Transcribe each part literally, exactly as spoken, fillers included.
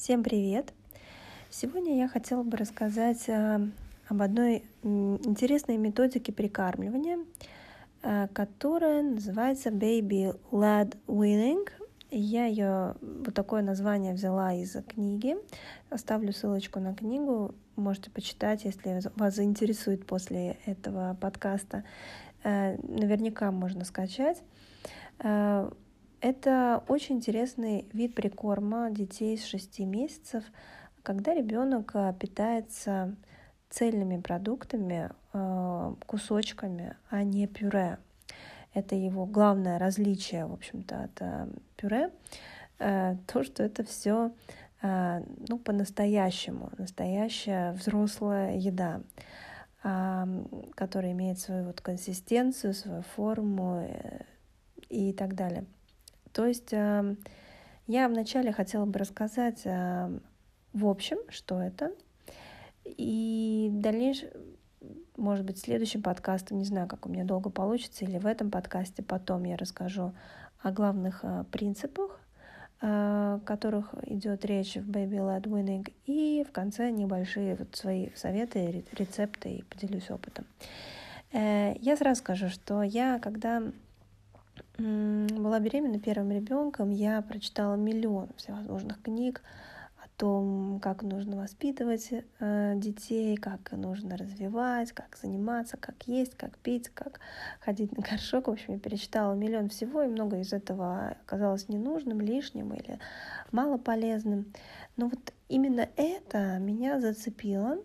Всем привет! Сегодня я хотела бы рассказать э, об одной интересной методике прикармливания, э, которая называется Baby-led weaning. Я ее, вот такое название взяла из книги. Оставлю ссылочку на книгу, можете почитать, если вас заинтересует после этого подкаста. Э, наверняка можно скачать. Э, Это очень интересный вид прикорма детей с шести месяцев, когда ребенок питается цельными продуктами, кусочками, а не пюре. Это его главное различие, в общем-то, от пюре, то, что это все ну, по-настоящему, настоящая взрослая еда, которая имеет свою вот консистенцию, свою форму и так далее. То есть э, я вначале хотела бы рассказать э, в общем, что это, и в дальнейшем, может быть, следующим подкастом, не знаю, как у меня долго получится, или в этом подкасте потом я расскажу о главных э, принципах, о которых идет речь в Baby-led weaning, и в конце небольшие вот свои советы, рецепты, и поделюсь опытом. Э, я сразу скажу, что я, когда была беременна первым ребенком, я прочитала миллион всевозможных книг о том, как нужно воспитывать э, детей, как нужно развивать, как заниматься, как есть, как пить, как ходить на горшок. В общем, я перечитала миллион всего, и много из этого оказалось ненужным, лишним или малополезным. Но вот именно это меня зацепило,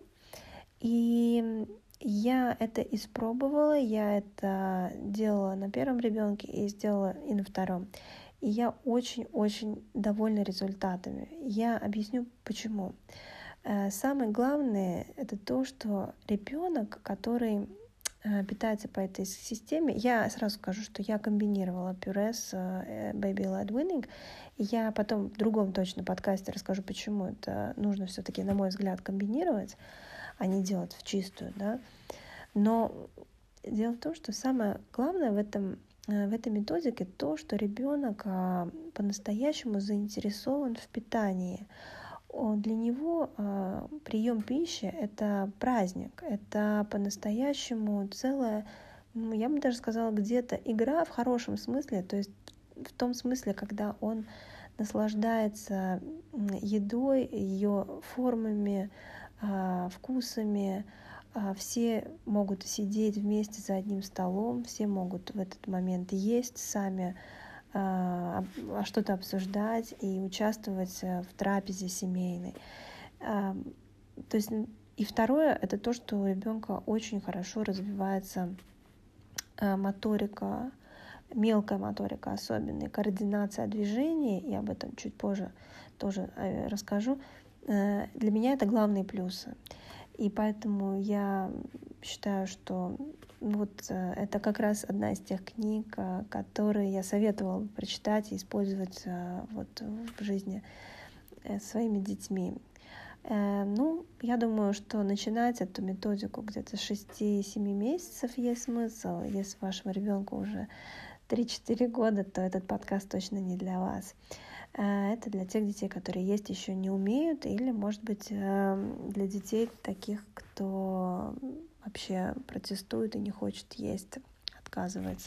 и я это испробовала, я это делала на первом ребенке и сделала и на втором. И я очень-очень довольна результатами. Я объясню, почему. Самое главное — это то, что ребенок, который питается по этой системе, я сразу скажу, что я комбинировала пюре с Baby-led weaning, и я потом в другом точно подкасте расскажу, почему это нужно все-таки, на мой взгляд, комбинировать, а не делать в чистую, да. Но дело в том, что самое главное в этом, в этой методике то, что ребенок по-настоящему заинтересован в питании. Для него прием пищи — это праздник, это по-настоящему целая, ну, я бы даже сказала, где-то игра в хорошем смысле, то есть в том смысле, когда он наслаждается едой, ее формами, вкусами. Все могут сидеть вместе за одним столом, все могут в этот момент есть сами, что-то обсуждать и участвовать в трапезе семейной. То есть, и второе — это то, что у ребенка очень хорошо развивается моторика, мелкая моторика особенно, и координация движений, я об этом чуть позже тоже расскажу. Для меня это главные плюсы. И поэтому я считаю, что вот это как раз одна из тех книг, которые я советовала прочитать и использовать вот в жизни своими детьми. Ну, я думаю, что начинать эту методику где-то с шести-семи месяцев есть смысл. Если вашему ребенку уже три-четыре года, то этот подкаст точно не для вас. Это для тех детей, которые есть еще не умеют, или, может быть, для детей таких, кто вообще протестует и не хочет есть, отказывается.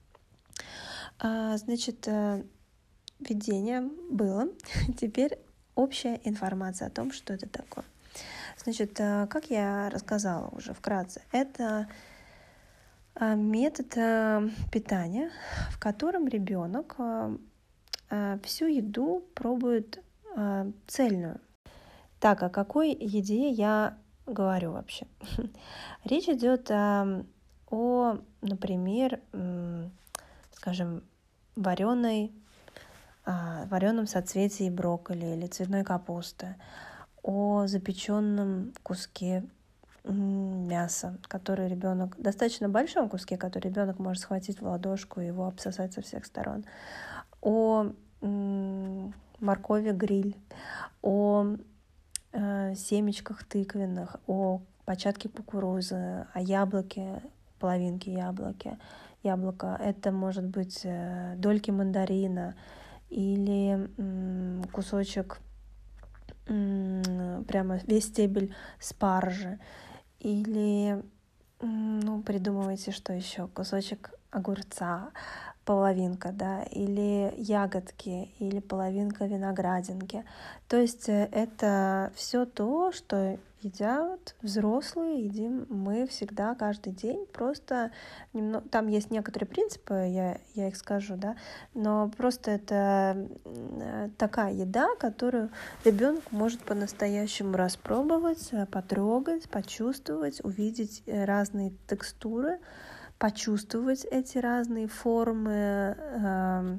Значит, введение было. Теперь общая информация о том, что это такое. Значит, как я рассказала уже вкратце, это метод питания, в котором ребенок всю еду пробует э, цельную. Так, о какой еде я говорю вообще? Речь идет э, о, например, э, скажем, вареной, э, вареном соцветии брокколи или цветной капусты, о запеченном куске э, мяса, который ребенок, достаточно большом куске, который ребенок может схватить в ладошку и его обсосать со всех сторон, о м- моркови гриль, о э, семечках тыквенных, о початке кукурузы, о яблоке, половинке яблоки, яблока. Это может быть э, дольки мандарина или м- кусочек прямо весь стебель спаржи, или, ну, придумывайте, что еще, кусочек огурца, половинка, да, или ягодки, или половинка виноградинки. То есть это все то, что едят взрослые, едим мы всегда, каждый день. Просто немного... там есть некоторые принципы, я, я их скажу, да, но просто это такая еда, которую ребенок может по-настоящему распробовать, потрогать, почувствовать, увидеть разные текстуры, почувствовать эти разные формы, э,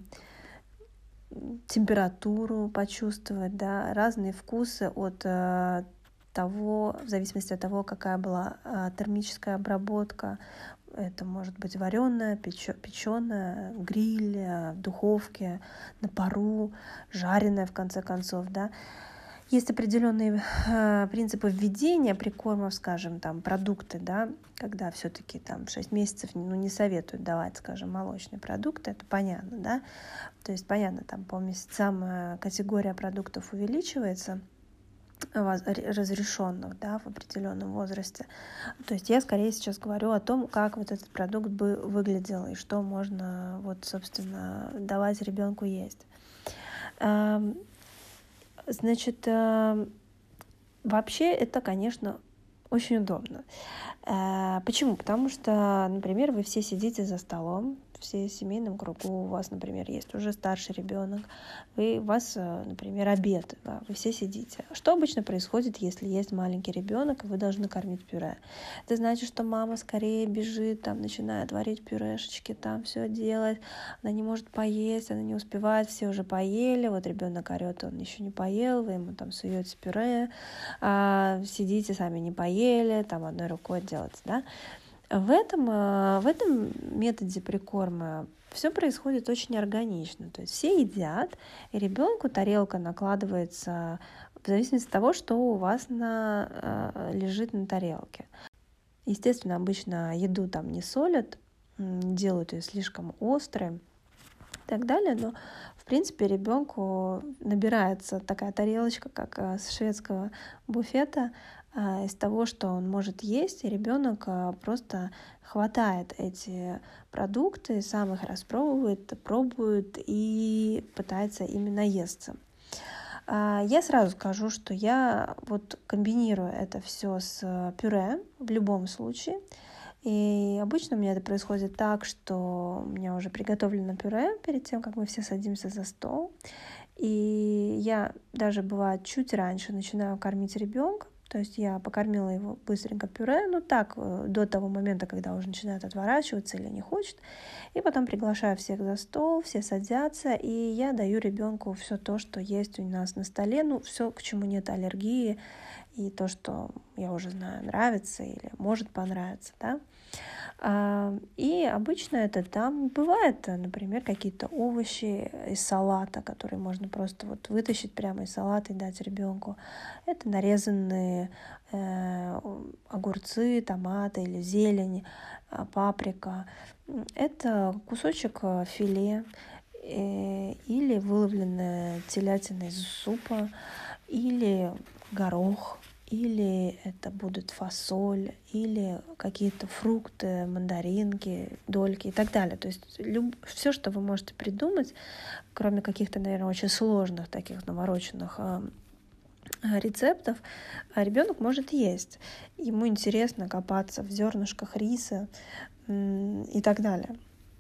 температуру почувствовать, да, разные вкусы от э, того, в зависимости от того, какая была э, термическая обработка. Это может быть вареная, печеная, гриль, в духовке, на пару, жареная, в конце концов, да. Есть определенные э, принципы введения прикормов, скажем, там, продукты, да, когда все-таки там шесть месяцев ну, не советуют давать, скажем, молочные продукты, это понятно, да. То есть, понятно, там по месяцам э, категория продуктов увеличивается, разрешенных, да, в определенном возрасте. То есть я скорее сейчас говорю о том, как вот этот продукт бы выглядел и что можно, вот, собственно, давать ребенку есть. Значит, вообще это, конечно, очень удобно. Почему? Потому что, например, вы все сидите за столом, все в семейном кругу, у вас, например, есть уже старший ребенок, вы, у вас, например, обед, да, вы все сидите. Что обычно происходит, если есть маленький ребенок, и вы должны кормить пюре? Это значит, что мама скорее бежит, там, начинает варить пюрешечки, там все делать, она не может поесть, она не успевает, все уже поели, вот ребенок орет, он еще не поел, вы ему там суете пюре, а сидите, сами не поели, там одной рукой делать, да? В этом, в этом методе прикорма все происходит очень органично. То есть все едят, и ребенку тарелка накладывается в зависимости от того, что у вас на, лежит на тарелке. Естественно, обычно еду там не солят, делают ее слишком острой и так далее, но в принципе ребенку набирается такая тарелочка, как с шведского буфета, из того, что он может есть, и ребенок просто хватает эти продукты, сам их распробует, пробует и пытается ими наесться. Я сразу скажу, что я вот комбинирую это все с пюре в любом случае. И обычно у меня это происходит так, что у меня уже приготовлено пюре перед тем, как мы все садимся за стол. И я даже, бывает, чуть раньше начинаю кормить ребенка. То есть я покормила его быстренько пюре, ну так, до того момента, когда уже начинает отворачиваться или не хочет. И потом приглашаю всех за стол, все садятся, и я даю ребенку все то, что есть у нас на столе, ну все, к чему нет аллергии, и то, что я уже знаю, нравится или может понравиться, да. И обычно это там бывает, например, какие-то овощи из салата, которые можно просто вот вытащить прямо из салата и дать ребенку. Это нарезанные э, огурцы, томаты или зелень, паприка. Это кусочек филе э, или выловленная телятина из супа, или горох, или это будет фасоль, или какие-то фрукты, мандаринки, дольки и так далее. То есть люб... все, что вы можете придумать, кроме каких-то, наверное, очень сложных таких навороченных э, рецептов, ребенок может есть. Ему интересно копаться в зернышках риса э, и так далее.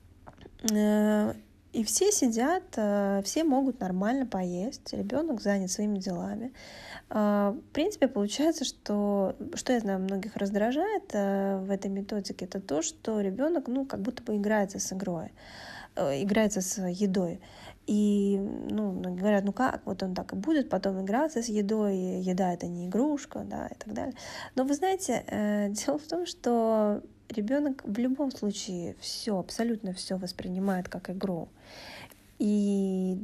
Э, И все сидят, все могут нормально поесть, ребенок занят своими делами. В принципе, получается, что, что я знаю, многих раздражает в этой методике, это то, что ребенок, ну, как будто бы играется с игрой, играется с едой. И, ну, говорят, ну как, вот он так и будет потом играться с едой, еда — это не игрушка, да, и так далее. Но вы знаете, дело в том, что ребенок в любом случае все, абсолютно все воспринимает как игру. И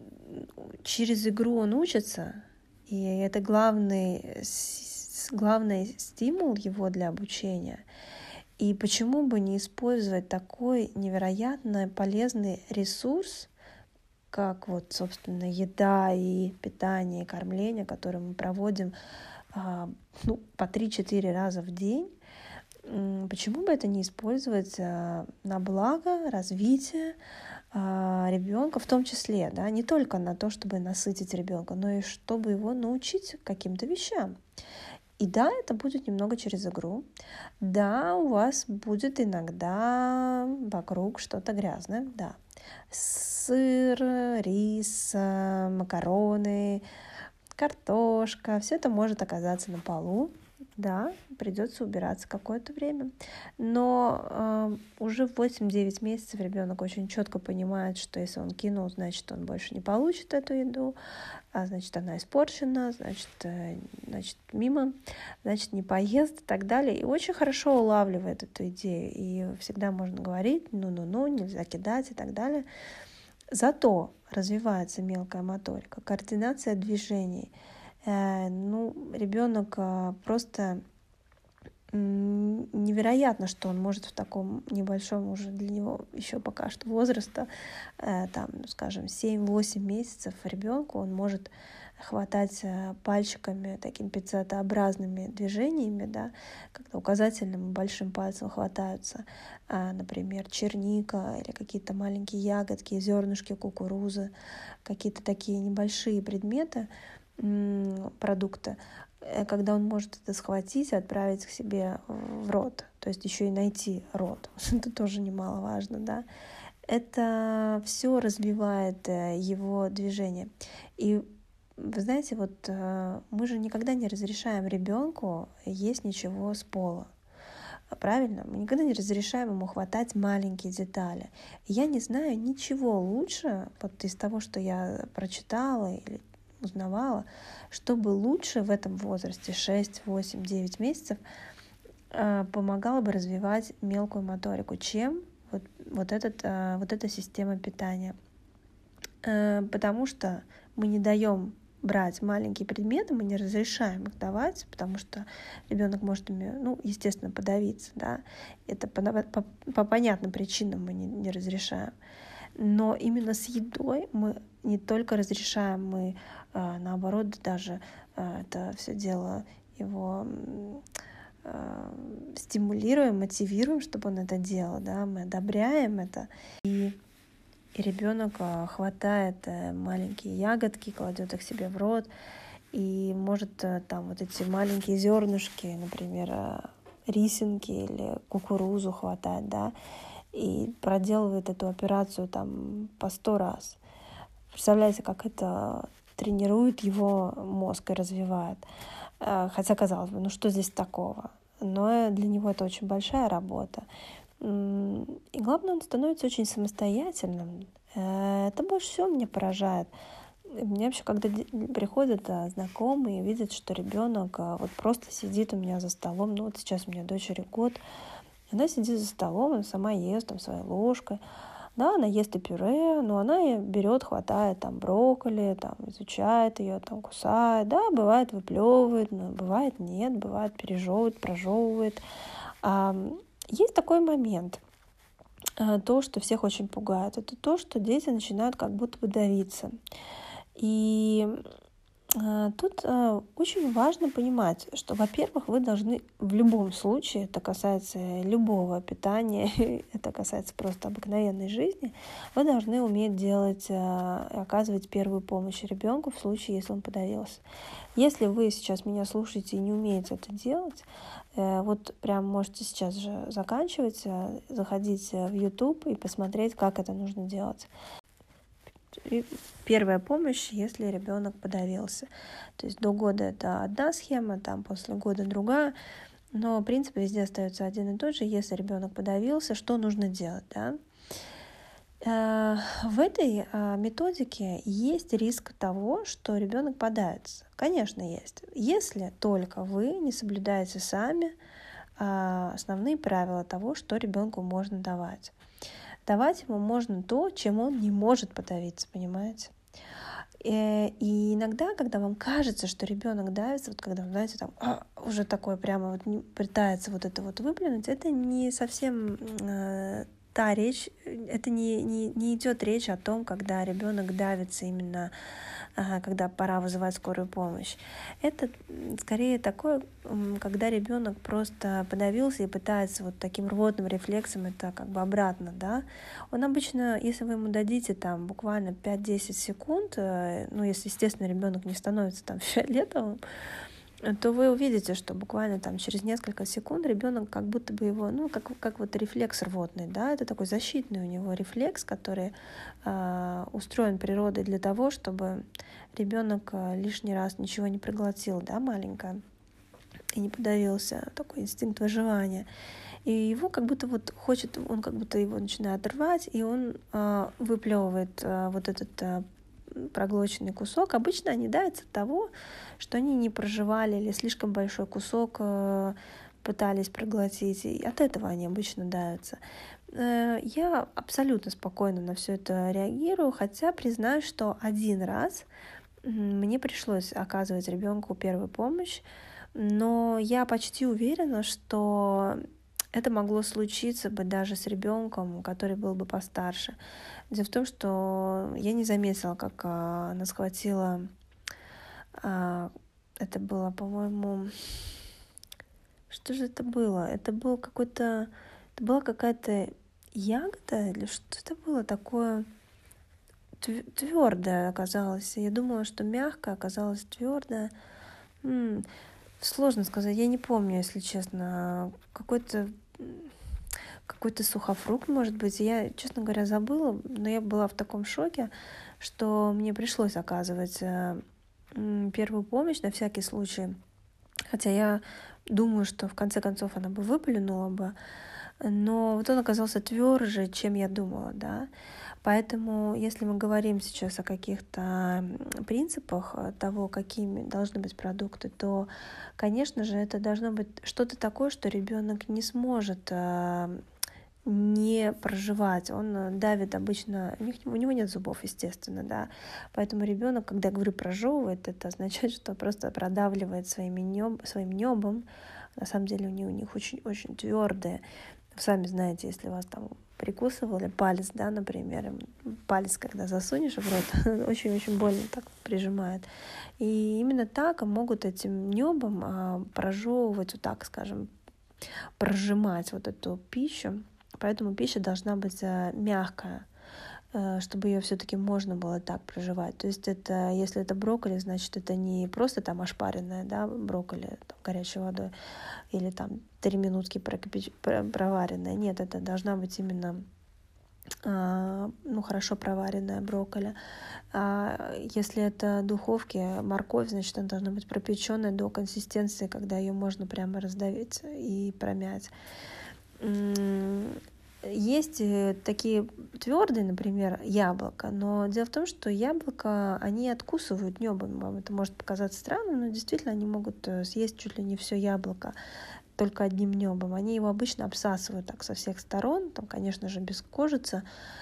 через игру он учится, и это главный, главный стимул его для обучения. И почему бы не использовать такой невероятно полезный ресурс, как вот, собственно, еда и питание, и кормление, которое мы проводим ну, по три-четыре раза в день, почему бы это не использовать на благо развития ребенка, в том числе, да, не только на то, чтобы насытить ребенка, но и чтобы его научить каким-то вещам. И да, это будет немного через игру. Да, у вас будет иногда вокруг что-то грязное, да. Сыр, рис, макароны, картошка, все это может оказаться на полу. Да, придется убираться какое-то время. Но э, уже в восемь-девять месяцев ребенок очень четко понимает, что если он кинул, значит, он больше не получит эту еду, а значит, она испорчена, значит, э, значит, мимо, значит, не поест и так далее. И очень хорошо улавливает эту идею. И всегда можно говорить, ну-ну-ну, нельзя кидать и так далее. Зато развивается мелкая моторика, координация движений. Ну, ребенок просто невероятно, что он может в таком небольшом уже для него еще пока что возраста, там, скажем, семь-восемь месяцев ребенку, он может хватать пальчиками такими пинцетообразными движениями, да, когда указательным и большим пальцем хватаются, например, черника или какие-то маленькие ягодки, зернышки кукурузы, какие-то такие небольшие предметы, продукта, когда он может это схватить и отправить к себе в рот, то есть еще и найти рот. Это тоже немаловажно, да. Это все развивает его движение. И вы знаете, вот мы же никогда не разрешаем ребенку есть ничего с пола. Правильно? Мы никогда не разрешаем ему хватать маленькие детали. И я не знаю ничего лучше вот из того, что я прочитала или узнавала, чтобы лучше в этом возрасте шесть, восемь, девять месяцев помогало бы развивать мелкую моторику, чем вот, вот, этот, вот эта система питания. Потому что мы не даем брать маленькие предметы, мы не разрешаем их давать, потому что ребенок может ими, ну, естественно, подавиться, да. Это по, по, по понятным причинам мы не, не разрешаем. Но именно с едой мы не только разрешаем, мы э, наоборот даже э, это все дело его э, стимулируем, мотивируем, чтобы он это делал, да, мы одобряем это. И, и ребенок э, хватает э, маленькие ягодки, кладет их себе в рот, и может э, там вот эти маленькие зернышки, например, э, рисинки или кукурузу хватать, да, и проделывает эту операцию там по сто раз. Представляете, как это тренирует его мозг и развивает. Хотя, казалось бы, ну что здесь такого? Но для него это очень большая работа. И главное, он становится очень самостоятельным. Это больше всего меня поражает. Мне вообще, когда приходят знакомые и видят, что ребенок вот просто сидит у меня за столом, ну вот сейчас у меня дочери год, она сидит за столом, она сама ест там своей ложкой. Да, она ест и пюре, но она берет, хватает там брокколи, там изучает ее, там кусает. Да, бывает выплевывает, но бывает нет, бывает пережевывает, прожевывает. А, есть такой момент. А, то, что всех очень пугает, это то, что дети начинают как будто бы давиться. И тут очень важно понимать, что, во-первых, вы должны в любом случае, это касается любого питания, это касается просто обыкновенной жизни, вы должны уметь делать, оказывать первую помощь ребенку в случае, если он подавился. Если вы сейчас меня слушаете и не умеете это делать, вот прям можете сейчас же заканчивать, заходить в YouTube и посмотреть, как это нужно делать. И первая помощь, если ребенок подавился. То есть до года это одна схема, там после года другая, но принцип везде остается один и тот же. Если ребенок подавился, что нужно делать, да? В этой методике есть риск того, что ребенок подавится. Конечно, есть. Если только вы не соблюдаете сами основные правила того, что ребенку можно давать. Давать ему можно то, чем он не может подавиться, понимаете? И иногда, когда вам кажется, что ребенок давится, вот когда, знаете, там а, уже такое прямо вот не пытается вот это вот выплюнуть, это не совсем э, та речь, это не, не, не идет речь о том, когда ребенок давится именно, ага, когда пора вызывать скорую помощь. Это скорее такое, когда ребенок просто подавился и пытается вот таким рвотным рефлексом это как бы обратно, да. Он обычно, если вы ему дадите там буквально пять-десять секунд, ну, если, естественно, ребенок не становится там фиолетовым, то вы увидите, что буквально там через несколько секунд ребенок как будто бы его, ну, как, как вот рефлекс рвотный, да, это такой защитный у него рефлекс, который э, устроен природой для того, чтобы ребенок лишний раз ничего не проглотил, да, маленькое, и не подавился, такой инстинкт выживания. И его как будто вот хочет, он как будто его начинает рвать, и он э, выплевывает э, вот этот э, проглоченный кусок. Обычно они давятся от того, что они не проживали или слишком большой кусок э, пытались проглотить. И от этого они обычно давятся. Э, я абсолютно спокойно на все это реагирую, хотя признаю, что один раз мне пришлось оказывать ребенку первую помощь, но я почти уверена, что это могло случиться бы даже с ребенком, который был бы постарше. Дело в том, что я не заметила, как она схватила... Это было, по-моему... Что же это было? Это был какой-то... Это была какая-то ягода или что это было такое твердое оказалось. Я думала, что мягкое, оказалось твердое. М-м, сложно сказать, я не помню, если честно. Какой-то какой-то сухофрукт, может быть. Я, честно говоря, забыла, но я была в таком шоке, что мне пришлось оказывать первую помощь на всякий случай. Хотя я думаю, что в конце концов она бы выплюнула бы, но вот он оказался тверже, чем я думала, да. Поэтому, если мы говорим сейчас о каких-то принципах того, какими должны быть продукты, то, конечно же, это должно быть что-то такое, что ребенок не сможет не проживать. Он давит обычно, у, них, у него нет зубов, естественно, да. Поэтому ребенок, когда я говорю прожевывает, это означает, что просто продавливает своими неб, своим небом. На самом деле у них, у них очень, очень твердые. Вы сами знаете, если вас там прикусывали палец, да, например, палец, когда засунешь в рот, очень-очень больно так прижимает. И именно так могут этим небом а, прожевывать, вот так, скажем, прожимать вот эту пищу. Поэтому пища должна быть мягкая, чтобы ее все-таки можно было так проживать. То есть это, если это брокколи, значит, это не просто там ошпаренное, да, брокколи там, горячей водой или там три минутки прокипяч... проваренное. Нет, это должна быть именно ну, хорошо проваренная брокколи. А если это духовки, морковь, значит, она должна быть пропеченная до консистенции, когда ее можно прямо раздавить и промять. Есть такие твердые, например, яблоко, но дело в том, что яблоко, они откусывают небом. Вам это может показаться странным, но действительно они могут съесть чуть ли не все яблоко только одним небом. Они его обычно обсасывают так со всех сторон, там, конечно же, без кожицы,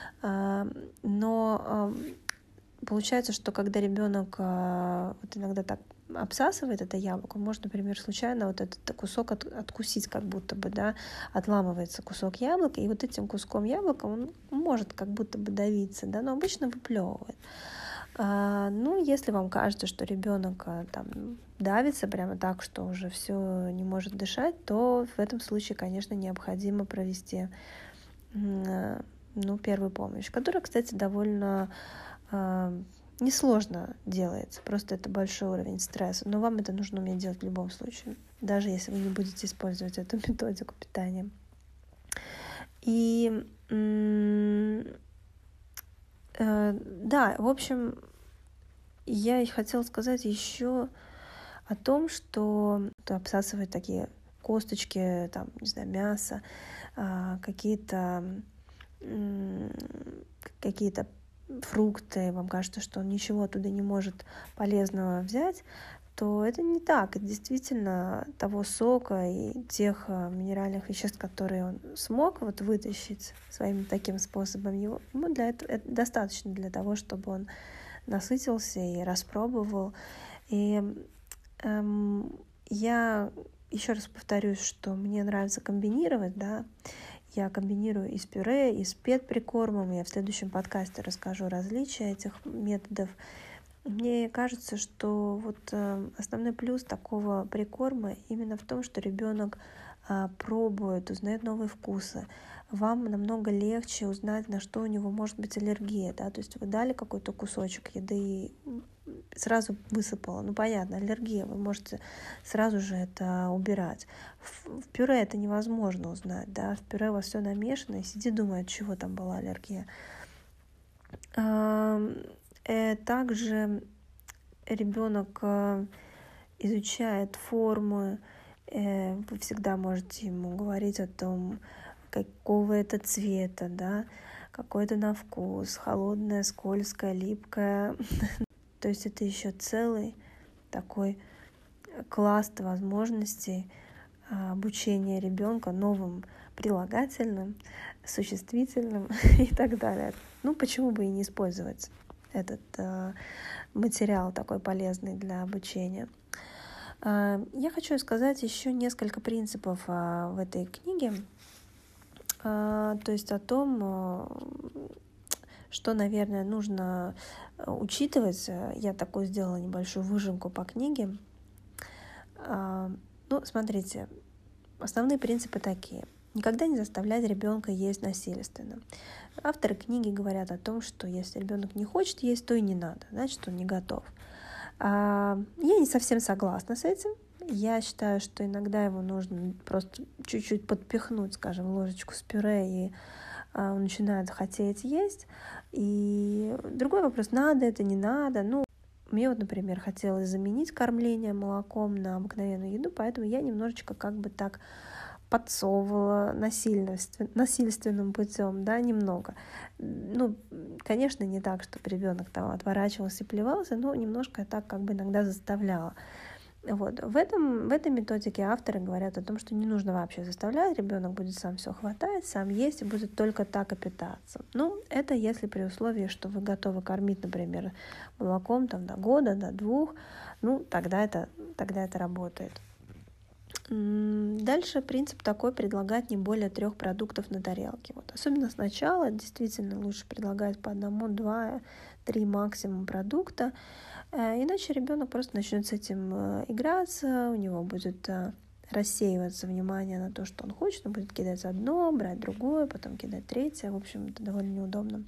но получается, что когда ребенок вот иногда так обсасывает это яблоко, может, например, случайно вот этот кусок от, откусить, как будто бы, да, отламывается кусок яблока, и вот этим куском яблока он может как будто бы давиться, да, но обычно выплевывает. А, ну, если вам кажется, что ребенок там давится прямо так, что уже все не может дышать, то в этом случае, конечно, необходимо провести ну, первую помощь, которая, кстати, довольно несложно делается, просто это большой уровень стресса, но вам это нужно уметь делать в любом случае, даже если вы не будете использовать эту методику питания. И э, да, в общем, я хотела сказать еще о том, что обсасывать такие косточки, там, не знаю, мясо, э, какие-то э, какие-то фрукты, вам кажется, что он ничего оттуда не может полезного взять, то это не так. Действительно, того сока и тех минеральных веществ, которые он смог вот вытащить своим таким способом, его, ему для этого это достаточно для того, чтобы он насытился и распробовал. И эм, я еще раз повторюсь, что мне нравится комбинировать, да. я комбинирую и с пюре, и с пет-прикормом. Я в следующем подкасте расскажу различия этих методов. Мне кажется, что вот основной плюс такого прикорма именно в том, что ребенок пробует, узнает новые вкусы. Вам намного легче узнать, на что у него может быть аллергия. Да? То есть вы дали какой-то кусочек еды и сразу высыпала. Ну, понятно, аллергия, вы можете сразу же это убирать. В, в пюре это невозможно узнать. Да? В пюре у вас все намешано, и сиди, думай, от чего там была аллергия. Также ребенок изучает формы. Вы всегда можете ему говорить о том, какого это цвета, да, какой это на вкус, холодная, скользкая, липкая. То есть это еще целый такой класс возможностей обучения ребенка новым прилагательным, существительным и так далее. Ну, почему бы и не использовать этот э, материал такой полезный для обучения. Э, я хочу сказать еще несколько принципов э, в этой книге, э, то есть о том, э, что, наверное, нужно учитывать. Я такую сделала небольшую выжимку по книге. Э, ну, смотрите, основные принципы такие. Никогда не заставлять ребенка есть насильственно. Авторы книги говорят о том, что если ребенок не хочет есть, то и не надо, значит, он не готов. Я не совсем согласна с этим. Я считаю, что иногда его нужно просто чуть-чуть подпихнуть, скажем, ложечку с пюре, и он начинает хотеть есть. И другой вопрос, надо это, не надо. Ну, мне вот, например, хотелось заменить кормление молоком на обыкновенную еду, поэтому я немножечко как бы так подсовывала насильственным путем, да, немного. Ну, конечно, не так, чтобы ребенок там отворачивался и плевался, но немножко я так как бы иногда заставляла. Вот. В этом, в этой методике авторы говорят о том, что не нужно вообще заставлять, ребенок будет сам все хватать, сам есть и будет только так и питаться. Ну, это если при условии, что вы готовы кормить, например, молоком там, до года, до двух, ну, тогда это, тогда это работает. Дальше принцип такой: предлагать не более трех продуктов на тарелке. Вот. Особенно сначала действительно лучше предлагать по одному, два, три максимум продукта, иначе ребенок просто начнет с этим играться, у него будет рассеиваться внимание на то, что он хочет, он будет кидать одно, брать другое, потом кидать третье. В общем, это довольно неудобно.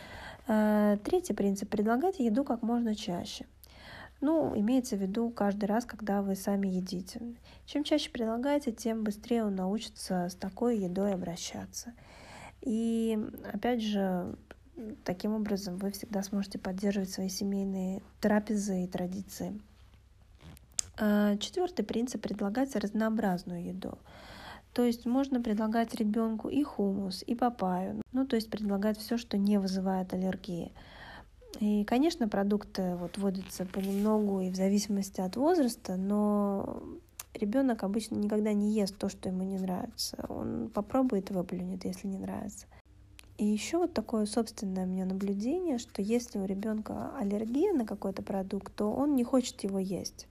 Третий принцип: предлагать еду как можно чаще. Ну, имеется в виду каждый раз, когда вы сами едите. Чем чаще предлагаете, тем быстрее он научится с такой едой обращаться. И, опять же, таким образом вы всегда сможете поддерживать свои семейные трапезы и традиции. Четвертый принцип: предлагать разнообразную еду. То есть можно предлагать ребенку и хумус, и папайю. Ну, то есть предлагать все, что не вызывает аллергии. И, конечно, продукты вот вводятся понемногу и в зависимости от возраста, но ребенок обычно никогда не ест то, что ему не нравится. Он попробует и выплюнет, если не нравится. И еще вот такое собственное у меня наблюдение, что если у ребенка аллергия на какой-то продукт, то он не хочет его есть.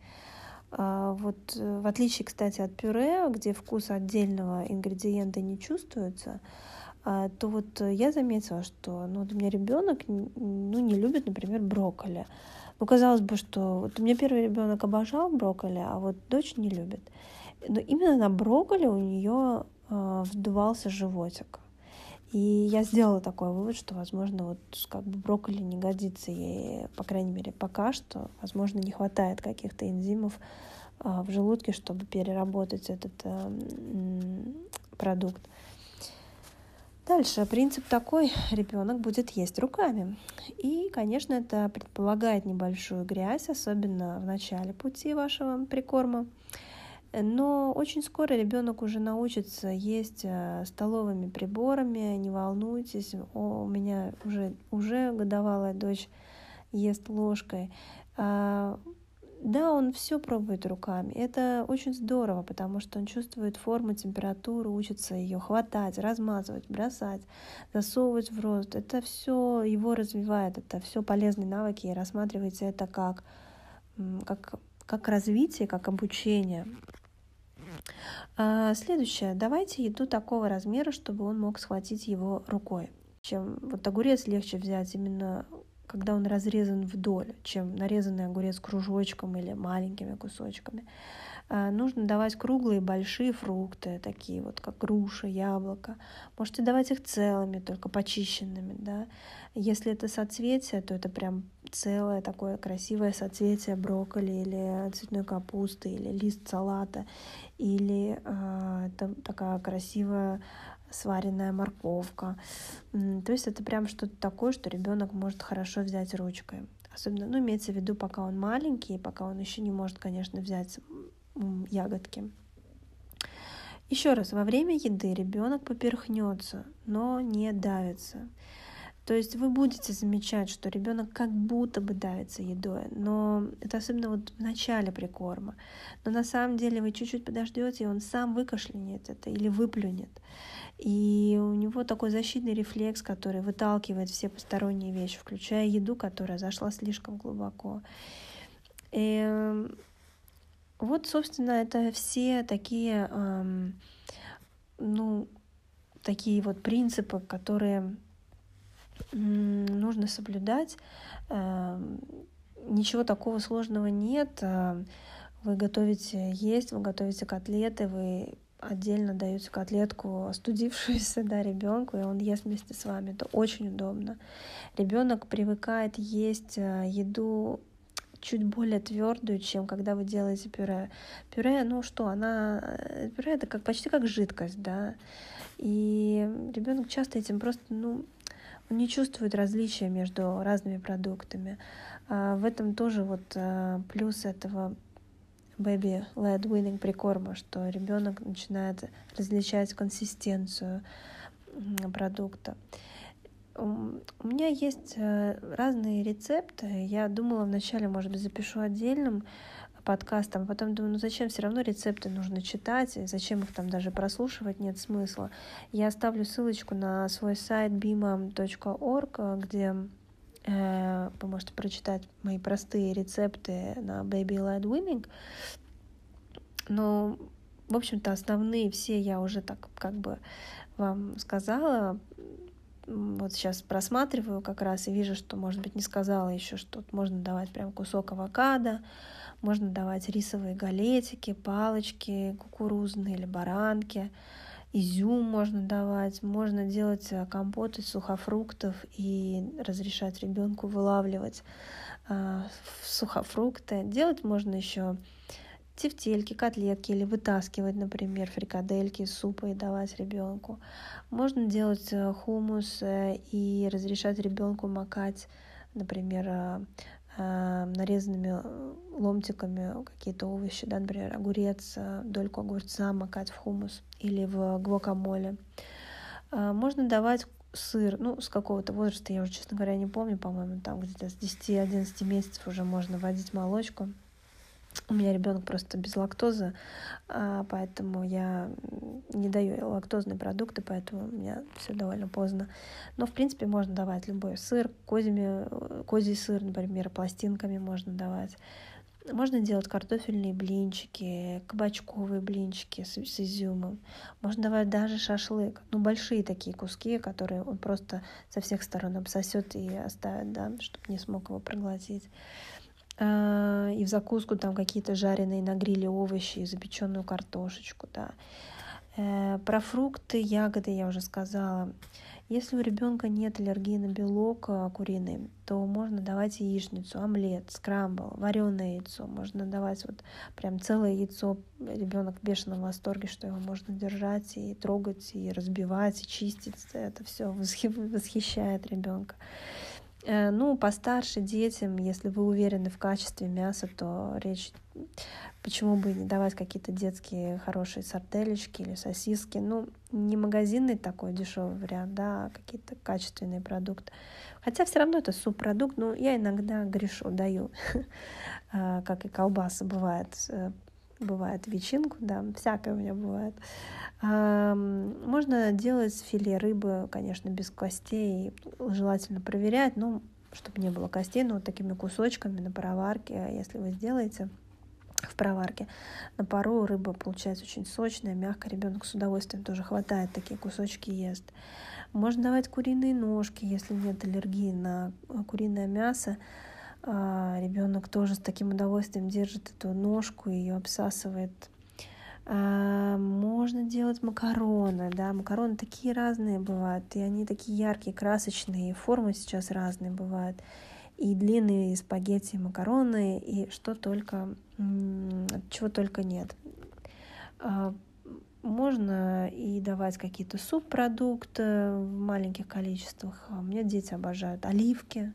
Вот в отличие, кстати, от пюре, где вкус отдельного ингредиента не чувствуется, то вот я заметила, что ну, вот у меня ребенок ну, не любит, например, брокколи. Ну, казалось бы, что вот у меня первый ребенок обожал брокколи, а вот дочь не любит. Но именно на брокколи у нее э, вздувался животик. И я сделала такой вывод, что, возможно, вот как бы брокколи не годится ей, по крайней мере, пока что. Возможно, не хватает каких-то энзимов э, в желудке, чтобы переработать этот э, продукт. Дальше принцип такой: ребенок будет есть руками. И, конечно, это предполагает небольшую грязь, особенно в начале пути вашего прикорма. Но очень скоро ребенок уже научится есть столовыми приборами, не волнуйтесь. О, у меня уже, уже годовалая дочь ест ложкой. Да, он все пробует руками. Это очень здорово, потому что он чувствует форму, температуру, учится ее хватать, размазывать, бросать, засовывать в рот. Это все его развивает, это все полезные навыки, и рассматривайте это как, как, как развитие, как обучение. А, следующее. Давайте еду такого размера, чтобы он мог схватить его рукой. Чем вот огурец легче взять именно когда он разрезан вдоль, чем нарезанный огурец кружочком или маленькими кусочками. А, нужно давать круглые большие фрукты, такие вот как груша, яблоко. Можете давать их целыми, только почищенными, да. Если это соцветие, то это прям целое такое красивое соцветие брокколи или цветной капусты, или лист салата, или э, это такая красивая сваренная морковка. То есть это прям что-то такое, что ребенок может хорошо взять ручкой. Особенно, ну, имеется в виду, пока он маленький, пока он еще не может, конечно, взять ягодки. Еще раз, во время еды ребенок поперхнется, но не давится. То есть вы будете замечать, что ребенок как будто бы давится едой, но это особенно вот в начале прикорма. Но на самом деле вы чуть-чуть подождете, и он сам выкашлянет это или выплюнет. И у него такой защитный рефлекс, который выталкивает все посторонние вещи, включая еду, которая зашла слишком глубоко. И вот, собственно, это все такие, эм, ну, такие вот принципы, которые м, нужно соблюдать. Эм, ничего такого сложного нет. Вы готовите есть, вы готовите котлеты, вы отдельно даете котлетку остудившуюся, да, ребенку, и он ест вместе с вами. Это очень удобно. Ребенок привыкает есть еду чуть более твердую, чем когда вы делаете пюре. Пюре, ну что, она пюре это как почти как жидкость, да. И ребенок часто этим просто, ну, он не чувствует различия между разными продуктами. А в этом тоже вот плюс этого baby-led weaning прикорма, что ребенок начинает различать консистенцию продукта. У меня есть разные рецепты. Я думала вначале, может быть, запишу отдельным подкастом, а потом думаю, ну зачем, все равно рецепты нужно читать, и зачем их там даже прослушивать, нет смысла. Я оставлю ссылочку на свой сайт bima точка org, где э, вы можете прочитать мои простые рецепты на baby-led weaning. Но, в общем-то, основные все я уже так как бы вам сказала. Вот сейчас просматриваю как раз и вижу, что, может быть, не сказала еще, что можно давать прям кусок авокадо, можно давать рисовые галетики, палочки кукурузные или баранки, изюм можно давать, можно делать компот из сухофруктов и разрешать ребенку вылавливать э, сухофрукты. Делать можно еще тефтельки, котлетки или вытаскивать, например, фрикадельки из супа и давать ребенку. Можно делать хумус и разрешать ребенку макать, например, нарезанными ломтиками какие-то овощи, да, например, огурец, дольку огурца макать в хумус или в гвакамоле. Можно давать сыр, ну, с какого-то возраста, я уже, честно говоря, не помню, по-моему, там где-то с десяти-одиннадцати месяцев уже можно вводить молочку. У меня ребенок просто без лактозы, поэтому я не даю лактозные продукты, поэтому у меня все довольно поздно. Но, в принципе, можно давать любой сыр, козьми, козий сыр, например, пластинками можно давать. Можно делать картофельные блинчики, кабачковые блинчики с, с изюмом. Можно давать даже шашлык. Ну, большие такие куски, которые он просто со всех сторон обсосет и оставит, да, чтобы не смог его проглотить. И в закуску там какие-то жареные на гриле овощи, запеченную картошечку, да. Про фрукты, ягоды я уже сказала. Если у ребенка нет аллергии на белок куриный, то можно давать яичницу, омлет, скрамбл, вареное яйцо. Можно давать вот прям целое яйцо. Ребенок в бешеном восторге, что его можно держать и трогать, и разбивать, и чистить. Это все восхищает ребенка. Ну, постарше детям, если вы уверены в качестве мяса, то речь, почему бы не давать какие-то детские хорошие сарделечки или сосиски. Ну, не магазинный такой дешевый вариант, да, а какие-то качественные продукты. Хотя все равно это субпродукт, но я иногда грешу, даю, как и колбаса бывает. Бывает ветчинку, да, всякое у меня бывает. Можно делать филе рыбы, конечно, без костей, желательно проверять, но чтобы не было костей, но вот такими кусочками на пароварке, если вы сделаете, в проварке. На пару рыба получается очень сочная, мягкая. Ребенок с удовольствием тоже хватает, такие кусочки ест. Можно давать куриные ножки, если нет аллергии на куриное мясо. Ребенок тоже с таким удовольствием держит эту ножку, ее обсасывает. Можно делать макароны, да, макароны такие разные бывают, и они такие яркие, красочные, и формы сейчас разные бывают, и длинные и спагетти, и макароны, и что только, чего только нет. Можно и давать какие-то субпродукты в маленьких количествах. У меня дети обожают оливки.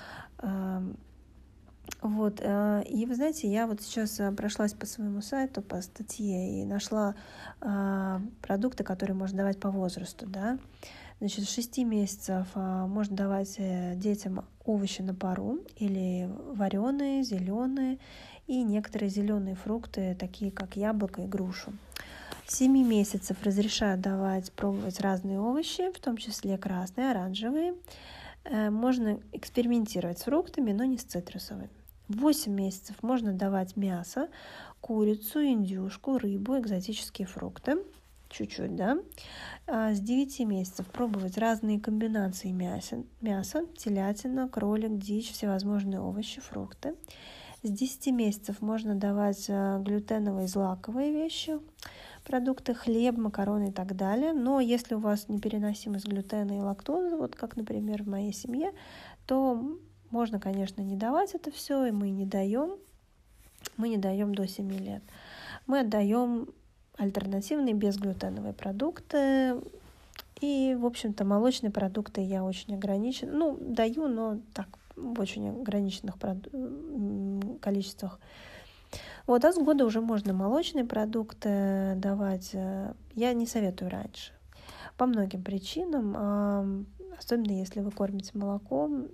Вот, и вы знаете, я вот сейчас прошлась по своему сайту, по статье, и нашла а, продукты, которые можно давать по возрасту, да. Значит, с шести месяцев а, можно давать детям овощи на пару, или вареные, зеленые, и некоторые зеленые фрукты, такие как яблоко и грушу. С семи месяцев разрешают давать, пробовать разные овощи, в том числе красные, оранжевые. Можно экспериментировать с фруктами, но не с цитрусовыми. В восемь месяцев можно давать мясо, курицу, индюшку, рыбу, экзотические фрукты. Чуть-чуть, да. А с девяти месяцев пробовать разные комбинации мяса, мяса, телятина, кролик, дичь, всевозможные овощи, фрукты. С десяти месяцев можно давать глютеновые злаковые вещи, продукты, хлеб, макароны и так далее. Но если у вас непереносимость глютена и лактозы, вот как, например, в моей семье, то можно, конечно, не давать это все, и мы не даем. Мы не даем до семи лет. Мы отдаем альтернативные безглютеновые продукты. И, в общем-то, молочные продукты я очень ограничена. Ну, даю, но так, в очень ограниченных количествах. Вот, а с года уже можно молочные продукты давать. Я не советую раньше. По многим причинам, особенно если вы кормите молоком,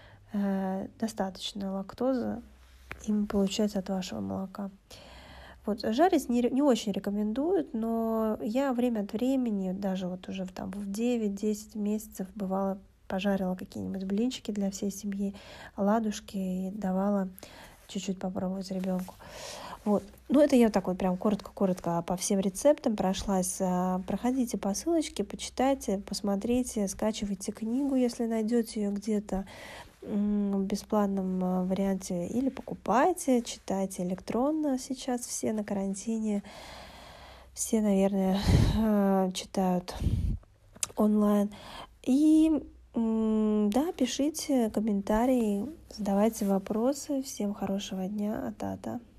достаточно лактозы им получать от вашего молока. Вот, жарить не, не очень рекомендуют, но я время от времени, даже вот уже там, в девять-десять месяцев, бывало, пожарила какие-нибудь блинчики для всей семьи, оладушки, и давала чуть-чуть попробовать ребенку. Вот. Ну, это я так вот прям коротко-коротко по всем рецептам прошлась. Проходите по ссылочке, почитайте, посмотрите, скачивайте книгу, если найдете ее где-то в бесплатном варианте, или покупайте, читайте электронно. Сейчас все на карантине, все, наверное, читают онлайн. И да, пишите комментарии, задавайте вопросы. Всем хорошего дня. А-та-та.